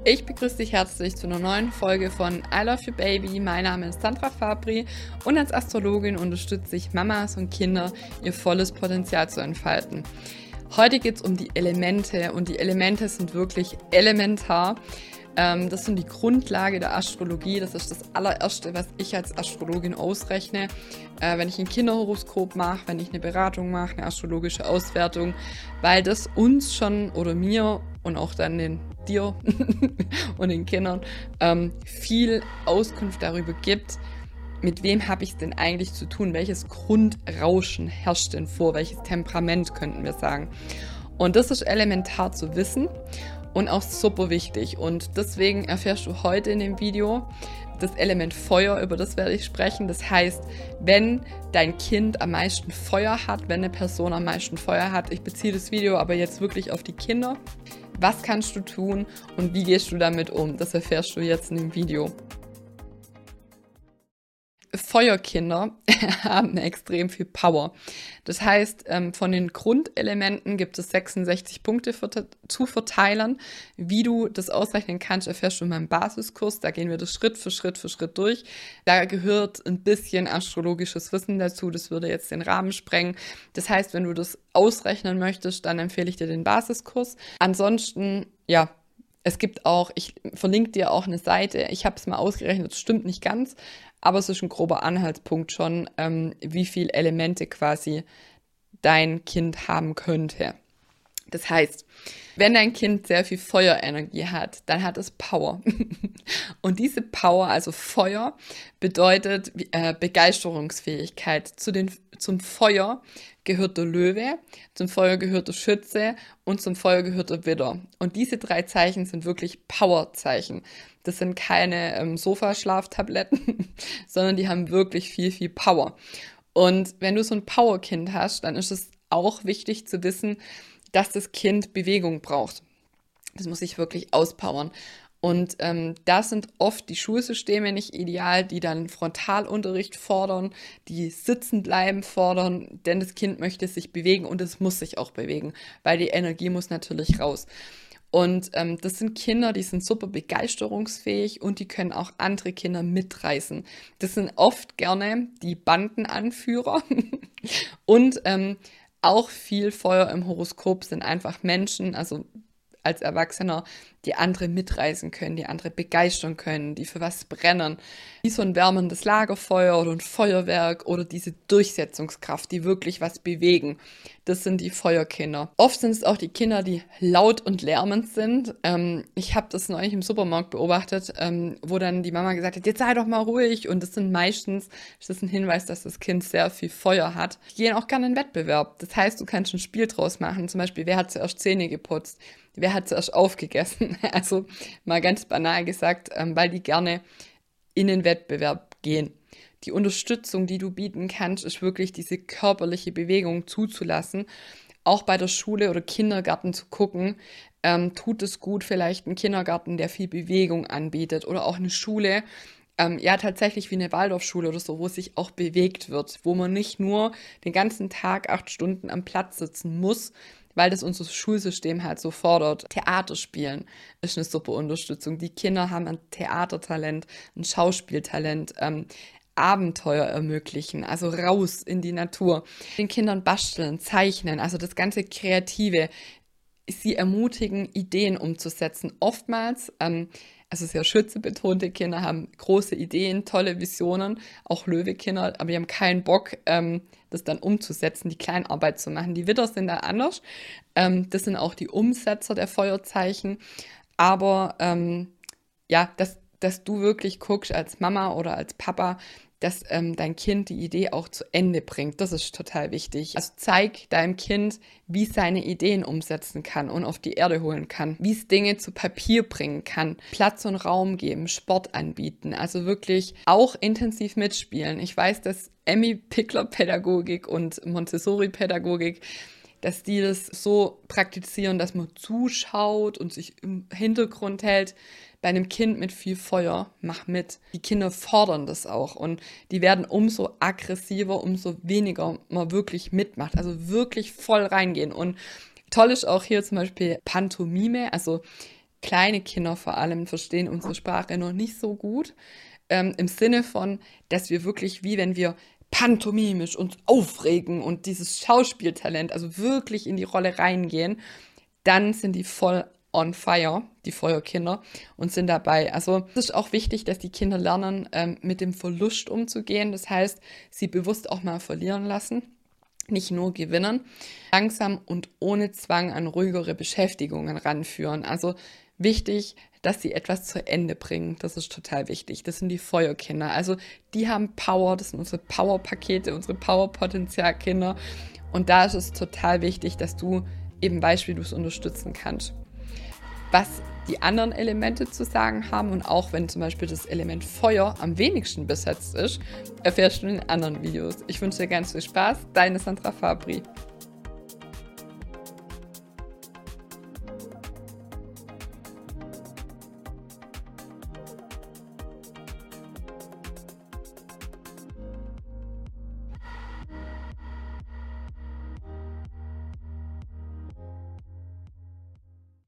Ich begrüße dich herzlich zu einer neuen Folge von I Love You Baby. Mein Name ist Sandra Fabri und als Astrologin unterstütze ich Mamas und Kinder, ihr volles Potenzial zu entfalten. Heute geht es um die Elemente und die Elemente sind wirklich elementar. Das sind die Grundlage der Astrologie. Das ist das allererste, was ich als Astrologin ausrechne. Wenn ich ein Kinderhoroskop mache, wenn ich eine Beratung mache, eine astrologische Auswertung, weil das uns schon oder mir und auch dann dir und den Kindern viel Auskunft darüber gibt, mit wem habe ich es denn eigentlich zu tun, welches Grundrauschen herrscht denn vor, welches Temperament könnten wir sagen. Und das ist elementar zu wissen und auch super wichtig. Und deswegen erfährst du heute in dem Video das Element Feuer, über das werde ich sprechen. Das heißt, wenn dein Kind am meisten Feuer hat, wenn eine Person am meisten Feuer hat, ich beziehe das Video aber jetzt wirklich auf die Kinder, was kannst du tun und wie gehst du damit um? Das erfährst du jetzt in dem Video. Feuerkinder haben extrem viel Power. Das heißt, von den Grundelementen gibt es 66 Punkte zu verteilen. Wie du das ausrechnen kannst, erfährst du in meinem Basiskurs. Da gehen wir das Schritt für Schritt durch. Da gehört ein bisschen astrologisches Wissen dazu. Das würde jetzt den Rahmen sprengen. Das heißt, wenn du das ausrechnen möchtest, dann empfehle ich dir den Basiskurs. Ansonsten, ja, es gibt auch, ich verlinke dir auch eine Seite. Ich habe es mal ausgerechnet, das stimmt nicht ganz. Aber es ist ein grober Anhaltspunkt schon, wie viele Elemente quasi dein Kind haben könnte. Das heißt, wenn dein Kind sehr viel Feuerenergie hat, dann hat es Power. Und diese Power, also Feuer, bedeutet Begeisterungsfähigkeit. Zum Feuer gehört der Löwe, zum Feuer gehört der Schütze und zum Feuer gehört der Widder. Und diese 3 Zeichen sind wirklich Powerzeichen. Das sind keine Sofaschlaftabletten, sondern die haben wirklich viel Power. Und wenn du so ein Powerkind hast, dann ist es auch wichtig zu wissen, dass das Kind Bewegung braucht. Das muss sich wirklich auspowern. Und da sind oft die Schulsysteme nicht ideal, die dann Frontalunterricht fordern, die sitzen bleiben fordern, denn das Kind möchte sich bewegen und es muss sich auch bewegen, weil die Energie muss natürlich raus. Und das sind Kinder, die sind super begeisterungsfähig und die können auch andere Kinder mitreißen. Das sind oft gerne die Bandenanführer und auch viel Feuer im Horoskop sind einfach Menschen, also als Erwachsener, die andere mitreißen können, die andere begeistern können, die für was brennen. Wie so ein wärmendes Lagerfeuer oder ein Feuerwerk oder diese Durchsetzungskraft, die wirklich was bewegen. Das sind die Feuerkinder. Oft sind es auch die Kinder, die laut und lärmend sind. Ich habe das neulich im Supermarkt beobachtet, wo dann die Mama gesagt hat, jetzt sei doch mal ruhig. Und das sind meistens, das ist ein Hinweis, dass das Kind sehr viel Feuer hat. Die gehen auch gerne in den Wettbewerb. Das heißt, du kannst ein Spiel draus machen. Zum Beispiel, wer hat zuerst Zähne geputzt? Wer hat zuerst aufgegessen? Also mal ganz banal gesagt, weil die gerne in den Wettbewerb gehen. Die Unterstützung, die du bieten kannst, ist wirklich diese körperliche Bewegung zuzulassen. Auch bei der Schule oder Kindergarten zu gucken, tut es gut, vielleicht einen Kindergarten, der viel Bewegung anbietet oder auch eine Schule, ja tatsächlich wie eine Waldorfschule oder so, wo sich auch bewegt wird, wo man nicht nur den ganzen Tag 8 Stunden am Platz sitzen muss, weil das unser Schulsystem halt so fordert. Theater spielen ist eine super Unterstützung. Die Kinder haben ein Theatertalent, ein Schauspieltalent, Abenteuer ermöglichen, also raus in die Natur. Den Kindern basteln, zeichnen, also das ganze Kreative. Sie ermutigen, Ideen umzusetzen. Oftmals, also sehr schützebetonte Kinder haben große Ideen, tolle Visionen, auch Löwekinder, aber die haben keinen Bock, das dann umzusetzen, die Kleinarbeit zu machen. Die Widder sind da anders. Das sind auch die Umsetzer der Feuerzeichen. Aber ja, dass du wirklich guckst als Mama oder als Papa, dass dein Kind die Idee auch zu Ende bringt. Das ist total wichtig. Also zeig deinem Kind, wie es seine Ideen umsetzen kann und auf die Erde holen kann, wie es Dinge zu Papier bringen kann, Platz und Raum geben, Sport anbieten, also wirklich auch intensiv mitspielen. Ich weiß, dass Emmy-Pickler-Pädagogik und Montessori-Pädagogik, dass die das so praktizieren, dass man zuschaut und sich im Hintergrund hält. Bei einem Kind mit viel Feuer, mach mit. Die Kinder fordern das auch und die werden umso aggressiver, umso weniger man wirklich mitmacht. Also wirklich voll reingehen. Und toll ist auch hier zum Beispiel Pantomime, also kleine Kinder vor allem verstehen unsere Sprache noch nicht so gut, im Sinne von, dass wir wirklich, wie wenn wir pantomimisch uns aufregen und dieses Schauspieltalent, also wirklich in die Rolle reingehen, dann sind die voll on fire, die Feuerkinder, und sind dabei. Also es ist auch wichtig, dass die Kinder lernen, mit dem Verlust umzugehen. Das heißt, sie bewusst auch mal verlieren lassen, nicht nur gewinnen. Langsam und ohne Zwang an ruhigere Beschäftigungen ranführen. Also wichtig, dass sie etwas zu Ende bringen. Das ist total wichtig. Das sind die Feuerkinder. Also die haben Power, das sind unsere Power-Pakete, unsere Power-Potenzialkinder. Und da ist es total wichtig, dass du eben weißt, wie du es unterstützen kannst. Was die anderen Elemente zu sagen haben und auch wenn zum Beispiel das Element Feuer am wenigsten besetzt ist, erfährst du in anderen Videos. Ich wünsche dir ganz viel Spaß. Deine Sandra Fabri.